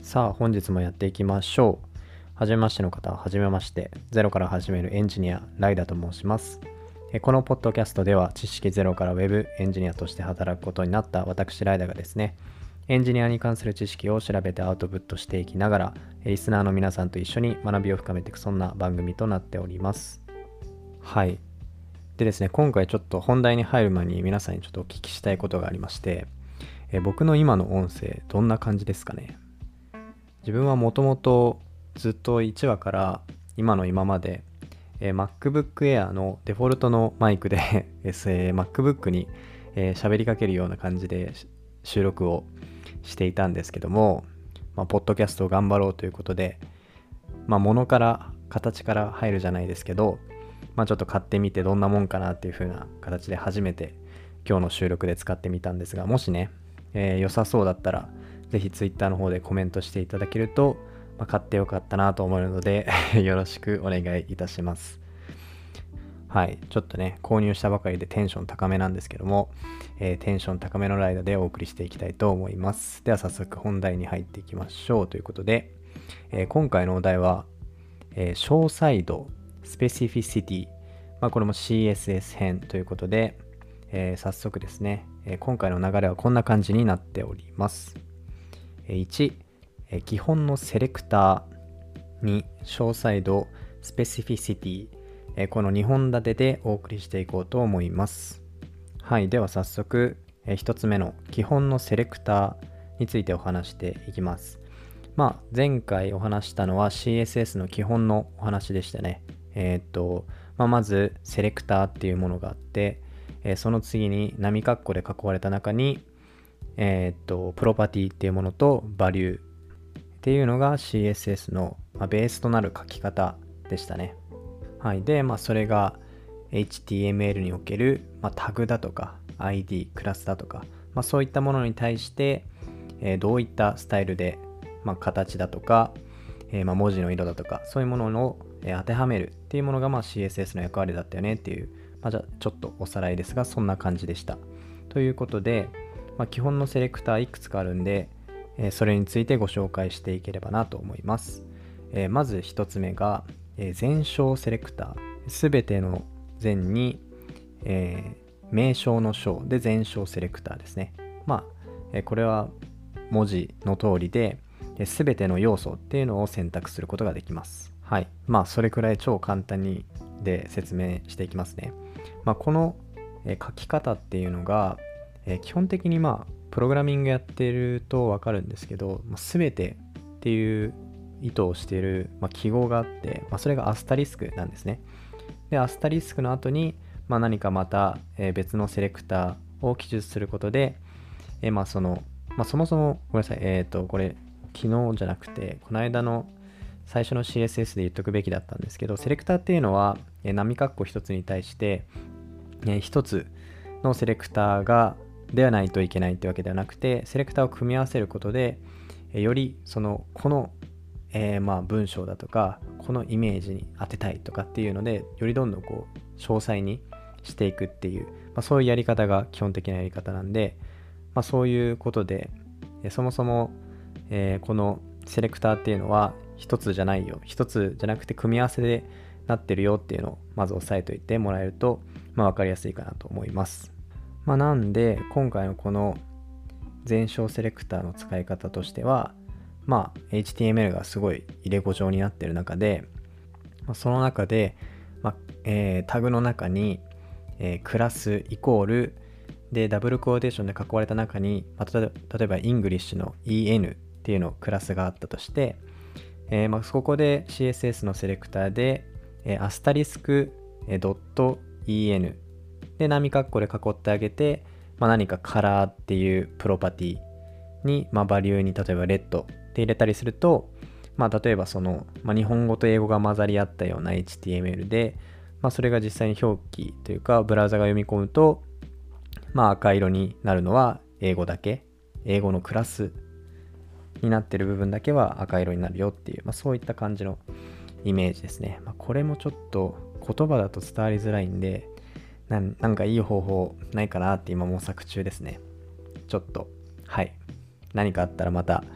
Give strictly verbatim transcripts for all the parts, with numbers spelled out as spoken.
さあ本日もやっていきましょう。はじめましての方ははじめまして。ゼロから始めるエンジニアライダと申します。このポッドキャストでは知識ゼロからウェブエンジニアとして働くことになった私ライダがですね、エンジニアに関する知識を調べてアウトプットしていきながらリスナーの皆さんと一緒に学びを深めていく、そんな番組となっております。はい。でですね、今回ちょっと本題に入る前に皆さんにちょっとお聞きしたいことがありまして、え僕の今の音声どんな感じですかね。自分はもともとずっといちわから今の今まで、えー、MacBook Air のデフォルトのマイクで、えー、MacBook に喋、えー、りかけるような感じで収録をしていたんですけども、まあ、ポッドキャストを頑張ろうということで、まあ、物から形から入るじゃないですけど、まあ、ちょっと買ってみてどんなもんかなっていう風な形で初めて今日の収録で使ってみたんですが、もしね、えー、良さそうだったらぜひ Twitter の方でコメントしていただけると、まあ、買ってよかったなと思うのでよろしくお願いいたします。はい、ちょっとね購入したばかりでテンション高めなんですけども、えー、テンション高めのライダでお送りしていきたいと思います。では早速本題に入っていきましょうということで、えー、今回のお題は、えー、詳細度スペシフィシティ、まあ、これも シーエスエス 編ということで、えー、早速ですね、えー、今回の流れはこんな感じになっております。いち、基本のセレクター。に、詳細度スペシフィシティ。このにほん立てでお送りしていこうと思います。はい、では早速ひとつめの基本のセレクターについてお話していきます。まあ前回お話したのは シーエスエス の基本のお話でしたね。えー、っと、まあ、まずセレクターっていうものがあって、その次に波括弧で囲われた中にえー、っと、プロパティっていうものとバリューっていうのが シーエスエス の、まあ、ベースとなる書き方でしたね。はい。で、まあそれが エイチティーエムエル における、まあ、タグだとか アイディー、クラスだとか、まあそういったものに対して、えー、どういったスタイルで、まあ形だとか、えー、まあ文字の色だとか、そういうものを、えー、当てはめるっていうものがまあ シーエスエス の役割だったよねっていう、まあじゃあちょっとおさらいですが、そんな感じでした。ということで、まあ、基本のセレクターいくつかあるんで、えー、それについてご紹介していければなと思います。えー、まずひとつめが、えー、全称セレクター。すべての全に、えー、名称の称で全称セレクターですね。まあ、えー、これは文字の通りで、すべての要素っていうのを選択することができます。はい。まあ、それくらい超簡単にで説明していきますね。まあ、この、えー、書き方っていうのが、えー、基本的にまあプログラミングやってると分かるんですけど、まあ、全てっていう意図をしている、まあ、記号があって、まあ、それがアスタリスクなんですね。でアスタリスクの後に、まあ、何かまた、えー、別のセレクターを記述することで、えー、まあその、まあ、そもそもごめんなさい、えっ、ー、とこれ昨日じゃなくてこの間の最初の シーエスエス で言っとくべきだったんですけど、セレクターっていうのは、えー、波括弧一つに対して、えー、一つのセレクターがではないといけないってわけではなくて、セレクターを組み合わせることで、よりそのこの、えー、まあ文章だとかこのイメージに当てたいとかっていうので、よりどんどんこう詳細にしていくっていう、まあ、そういうやり方が基本的なやり方なんで、まあ、そういうことで、そもそも、えー、このセレクターっていうのは一つじゃないよ、一つじゃなくて組み合わせでなってるよっていうのをまず押さえておいてもらえると、まあ、分かりやすいかなと思います。まあ、なんで今回のこの全称セレクターの使い方としては、まあ エイチティーエムエル がすごい入れ子状になっている中で、まあ、その中で、まあえー、タグの中に、えー、クラスイコールでダブルクオーテーションで囲われた中に、まあ、例えば English の イーエヌ っていうのクラスがあったとして、えーまあ、ここで シーエスエス のセレクターで、えー、アスタリスクドット イーエヌで波括弧で囲ってあげて、まあ、何かカラーっていうプロパティに、まあ、バリューに例えばレッドって入れたりすると、まあ、例えばその、まあ、日本語と英語が混ざり合ったような エイチティーエムエル で、まあ、それが実際に表記というかブラウザが読み込むと、まあ、赤色になるのは英語だけ、英語のクラスになってる部分だけは赤色になるよっていう、まあ、そういった感じのイメージですね。まあ、これもちょっと言葉だと伝わりづらいんで、な ん, なんかいい方法ないかなって今模索中ですね。ちょっとはい、何かあったらまた、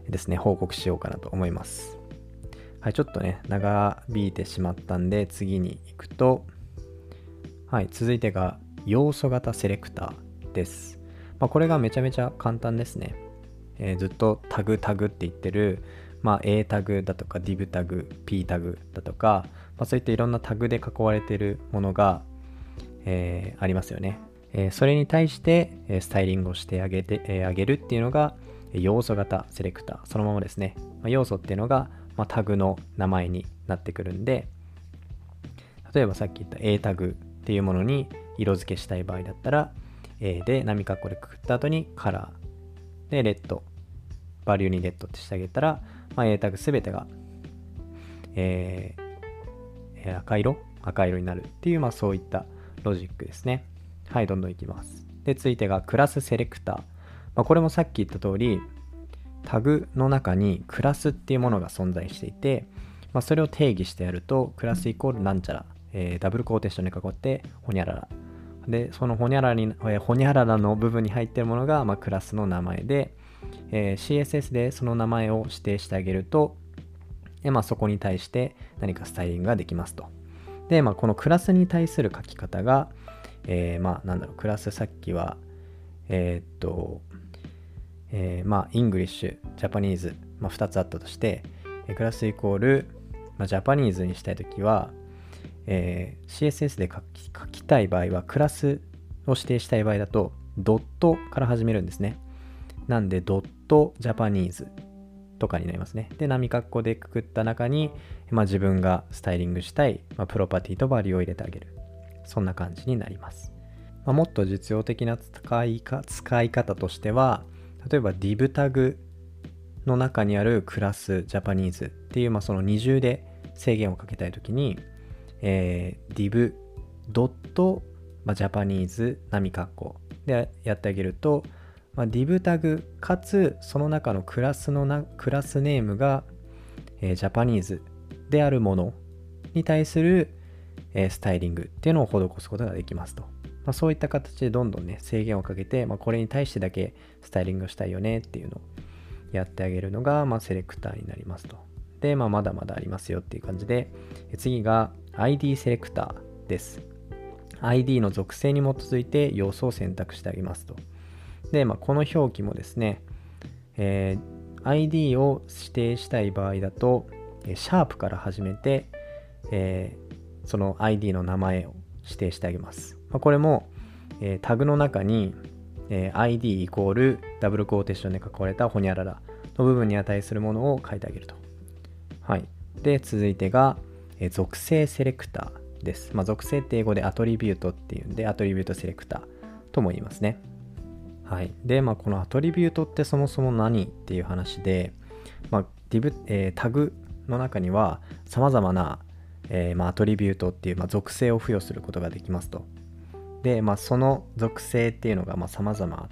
ですね、報告しようかなと思います。はい、ちょっとね、長引いてしまったんで、次に行くと、はい、続いてが要素型セレクターです。まあ、これがめちゃめちゃ簡単ですね。えー、ずっとタグタグって言ってる、まあ、A タグだとか div タグ、P タグだとか、まあ、そういったいろんなタグで囲われているものが、えー、ありますよね。えー、それに対してスタイリングをしてあげて、えー、あげるっていうのが要素型セレクター。そのままですね。まあ、要素っていうのが、まあ、タグの名前になってくるんで、例えばさっき言った A タグっていうものに色付けしたい場合だったら、A で波括弧でくくった後にカラーでレッド、バリューにレッドってしてあげたら、まあ、A タグすべてが、えー、赤色赤色になるっていう、まあ、そういったロジックですね。はい、どんどんいきます。で、続いてがクラスセレクター。まあ、これもさっき言った通り、タグの中にクラスっていうものが存在していて、まあ、それを定義してやると、クラスイコールなんちゃら、えー、ダブルコーテーションに囲って、ほにゃらら。で、そのほにゃららに、えー、ほにゃららの部分に入っているものが、まあ、クラスの名前で、えー、シーエスエス でその名前を指定してあげると、でまあ、そこに対して何かスタイリングができますと。で、まあ、このクラスに対する書き方が、えー、まあ、なんだろう、クラスさっきは、えー、っと、えー、まあ、イングリッシュ、ジャパニーズ、まあ、ふたつあったとして、クラスイコール、まあ、ジャパニーズにしたいときは、えー、シーエスエス で書き、書きたい場合は、クラスを指定したい場合だと、ドットから始めるんですね。なんで、ドットジャパニーズとかになりますね。で、波括弧でくくった中に、まあ、自分がスタイリングしたい、まあ、プロパティとバリューを入れてあげる。そんな感じになります。まあ、もっと実用的な使いか、使い方としては、例えば div タグの中にあるクラスジャパニーズっていう、まあ、その二重で制限をかけたいときに、えー、div ドット、まあ、ジャパニーズ波括弧でやってあげると、まあ、div タグかつその中のクラスのなクラスネームが、えー、ジャパニーズであるものに対する、えー、スタイリングっていうのを施すことができますと。まあ、そういった形でどんどんね制限をかけて、まあ、これに対してだけスタイリングをしたいよねっていうのをやってあげるのが、まあ、セレクターになりますと。で、まあ、まだまだありますよっていう感じで、次が アイディー セレクターです。アイディー の属性に基づいて要素を選択してあげますと。で、まあ、この表記もですね、えー、アイディー を指定したい場合だと、シャープから始めて、えー、その アイディー の名前を指定してあげます。まあ、これも、えー、タグの中に、えー、アイディー イコールダブルコーテーションで囲われたホニャララの部分に値するものを書いてあげると。はい。で、続いてが、えー、属性セレクターです。まあ、属性って英語でアトリビュートっていうんで、アトリビュートセレクターとも言いますね。はい。で、まあ、このアトリビュートってそもそも何っていう話で、まあ、ディブ、えー、タグの中には様々な、えーまあ、アトリビュートっていう、まあ、属性を付与することができますと。で、まあ、その属性っていうのがまあ様々あって、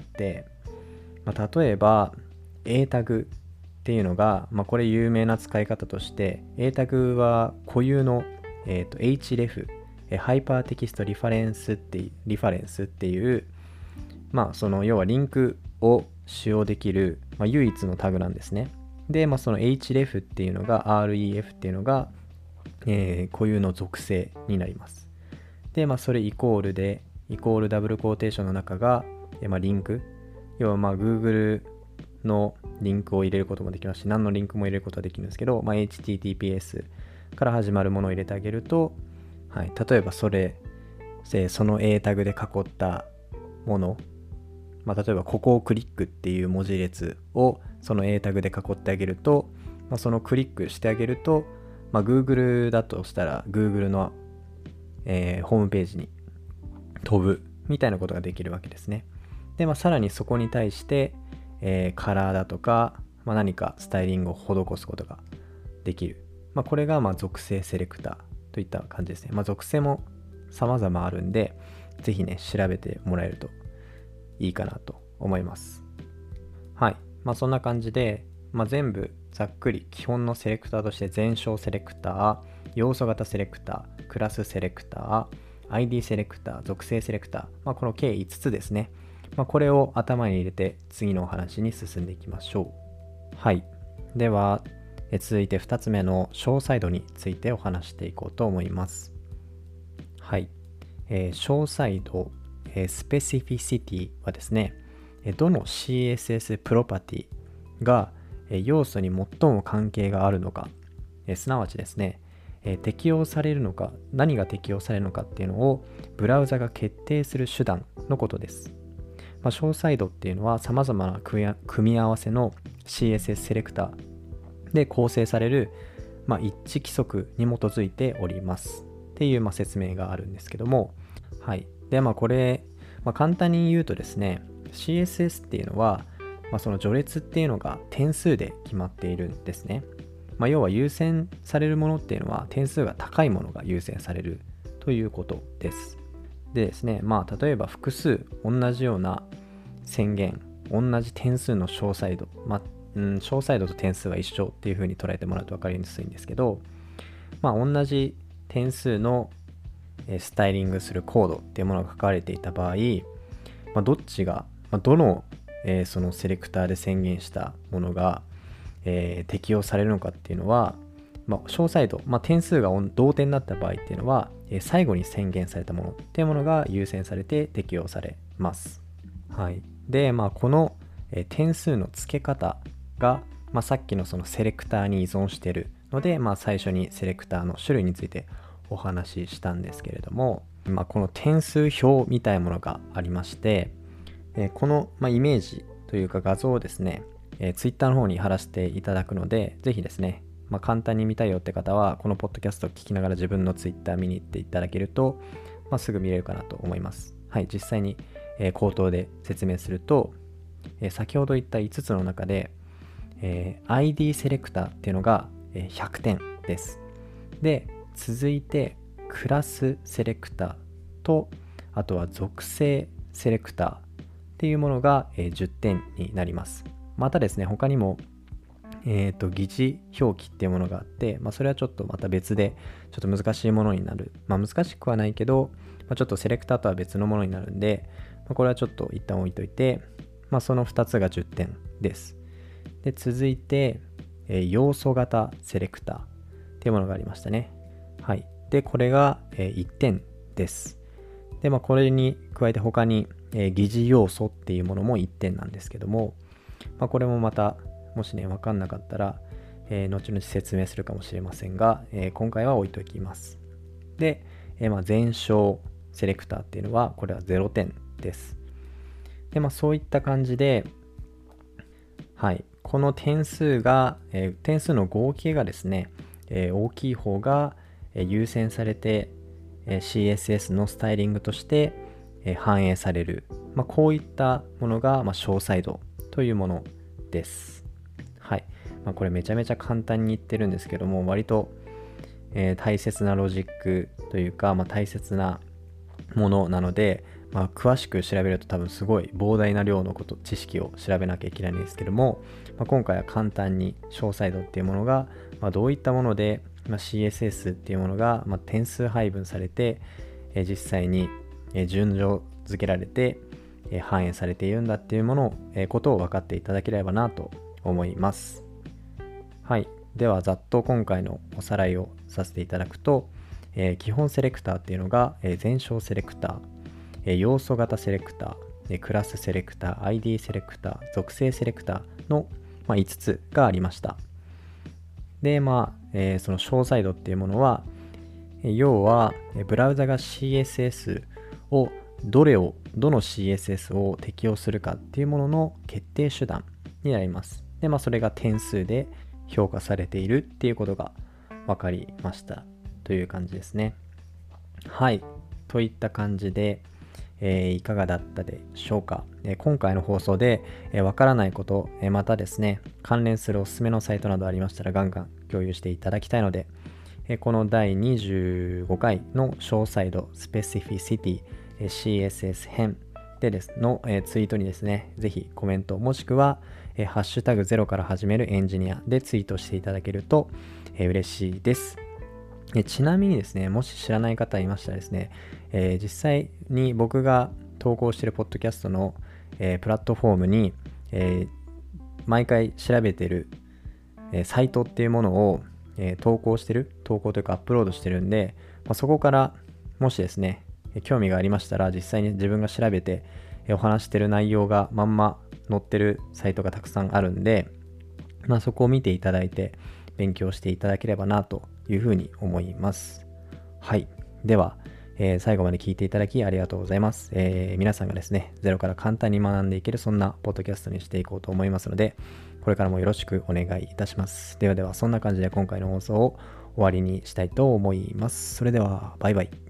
まあ、例えば A タグっていうのが、まあ、これ有名な使い方として A タグは固有の、えー、と href ハイパーテキストリファレンスっていうリファレンスっていうまあその要はリンクを使用できる、まあ、唯一のタグなんですね。で、まあ、その href っていうのが ref っていうのが、えー、固有の属性になります。で、まあ、それイコールでイコールダブルコーテーションの中が、まあ、リンク。要はまあ Google のリンクを入れることもできますし、何のリンクも入れることができるんですけど、まあ、エイチティーティーピーエス から始まるものを入れてあげると、はい、例えばそれ、その A タグで囲ったもの、まあ、例えばここをクリックっていう文字列をその A タグで囲ってあげると、まあ、そのクリックしてあげると、まあ、Google だとしたら Google の、えー、ホームページに飛ぶみたいなことができるわけですね。で、まあ、さらにそこに対して、えー、カラーだとか、まあ、何かスタイリングを施すことができる。まあ、これがまあ属性セレクターといった感じですね。まあ、属性も様々あるんで、ぜひね、調べてもらえるといいかなと思います。はい。まあ、そんな感じで、まあ、全部ざっくり基本のセレクターとして全章セレクター、要素型セレクター、クラスセレクター、アイディー セレクター、属性セレクター、まあ、この計いつつですね。まあ、これを頭に入れて次のお話に進んでいきましょう。はい。 では、え続いてふたつめの詳細度についてお話していこうと思います。はい。えー、詳細度、えー、スペシフィシティはですね、どの シーエスエス プロパティが要素に最も関係があるのか、すなわちですね、適用されるのか、何が適用されるのかっていうのをブラウザが決定する手段のことです。まあ、詳細度っていうのは様々な組み合わせの シーエスエス セレクターで構成される、まあ、一致規則に基づいておりますっていうまあ説明があるんですけども、はい。で、まあこれ、まあ、簡単に言うとですね、シーエスエス っていうのは、まあ、その序列っていうのが点数で決まっているんですね。まあ、要は優先されるものっていうのは点数が高いものが優先されるということです。でですね、まあ例えば複数同じような宣言、同じ点数の詳細度、まあ、うん、詳細度と点数は一緒っていう風に捉えてもらうと分かりやすいんですけど、まあ同じ点数のスタイリングするコードっていうものが書かれていた場合、まあ、どっちが、まあ、どの、えー、そのセレクターで宣言したものが、えー、適用されるのかっていうのは、まあ、詳細度、まあ、点数が同点になった場合っていうのは、えー、最後に宣言されたものっていうものが優先されて適用されます。はい。で、まあ、この、えー、点数の付け方が、まあ、さっきのそのセレクターに依存しているので、まあ、最初にセレクターの種類についてお話ししたんですけれども、まあ、この点数表みたいなものがありまして、えー、この、まあ、イメージというか画像をですね、えー、Twitter の方に貼らせていただくので、ぜひですね、まあ、簡単に見たいよって方は、このポッドキャストを聞きながら自分の Twitter 見に行っていただけると、まあ、すぐ見れるかなと思います。はい、実際に、えー、口頭で説明すると、えー、先ほど言ったいつつの中で、えー、アイディー セレクターっていうのがひゃくてんです。で、続いてクラスセレクターと、あとは属性セレクターっていうものがじゅってんになります。またですね、他にも、えーと、疑似表記っていうものがあって、まあ、それはちょっとまた別でちょっと難しいものになる。まあ、難しくはないけど、まあ、ちょっとセレクターとは別のものになるんで、まあ、これはちょっと一旦置いといて、まあ、そのふたつがじゅってんです。で、続いて、えー、要素型セレクターっていうものがありましたね。はい。で、これが、えー、いってんです。で、まあ、これに加えて他に、えー、疑似要素っていうものもいってんなんですけども、まあ、これもまた、もしね、わかんなかったら、えー、後々説明するかもしれませんが、えー、今回は置いときます。で、えー、まあ全小セレクターっていうのは、これはゼロてんです。で、まあそういった感じで、はい、この点数が、えー、点数の合計がですね、えー、大きい方が、えー、優先されて、えー、シーエスエス のスタイリングとして、えー、反映される、まあ、こういったものが、まあ、詳細度というものです。はい。まあ、これめちゃめちゃ簡単に言ってるんですけども、割と、えー、大切なロジックというか、まあ、大切なものなので、まあ、詳しく調べると多分すごい膨大な量のこと、知識を調べなきゃいけないんですけども、まあ、今回は簡単に詳細度っていうものが、まあ、どういったもので、まあ、シーエスエス っていうものが、まあ、点数配分されて、えー、実際に、えー、順序付けられて、えー、反映されているんだっていうものを、えー、ことを分かっていただければなと思います。はい。では、ざっと今回のおさらいをさせていただくと、えー、基本セレクターっていうのが、えー、全小セレクター、えー、要素型セレクター、えー、クラスセレクター、アイディー セレクター、属性セレクターの、まあ、いつつがありました。で、まあ、えー、その詳細度っていうものは、えー、要は、ブラウザが シーエスエス をどれを、どの シーエスエス を適用するかっていうものの決定手段になります。で、まあ、それが点数で評価されているっていうことが分かりましたという感じですね。はい。といった感じで、えー、いかがだったでしょうか。えー、今回の放送でわ、えー、からないこと、えー、またですね、関連するおすすめのサイトなどありましたらガンガン共有していただきたいので、えー、このだいにじゅうごかいの詳細度スペシフィシティ、えー、シーエスエス 編でですの、えー、ツイートにですね、ぜひコメントもしくは、えー、ハッシュタグゼロから始めるエンジニアでツイートしていただけると、えー、嬉しいです。えちなみにですね、もし知らない方いましたらですね、えー、実際に僕が投稿しているポッドキャストの、えー、プラットフォームに、えー、毎回調べてるえーサイトっていうものを、えー投稿してる、投稿というかアップロードしてるんで、まあ、そこからもしですね、えー興味がありましたら、実際に自分が調べて、えーお話してる内容がまんま載ってるサイトがたくさんあるんで、まあ、そこを見ていただいて勉強していただければなというふうに思います。はい。では、えー最後まで聞いていただきありがとうございます、えー皆さんがですね、ゼロから簡単に学んでいけるそんなポッドキャストにしていこうと思いますので、これからもよろしくお願いいたします。ではでは、そんな感じで今回の放送を終わりにしたいと思います。それでは、バイバイ。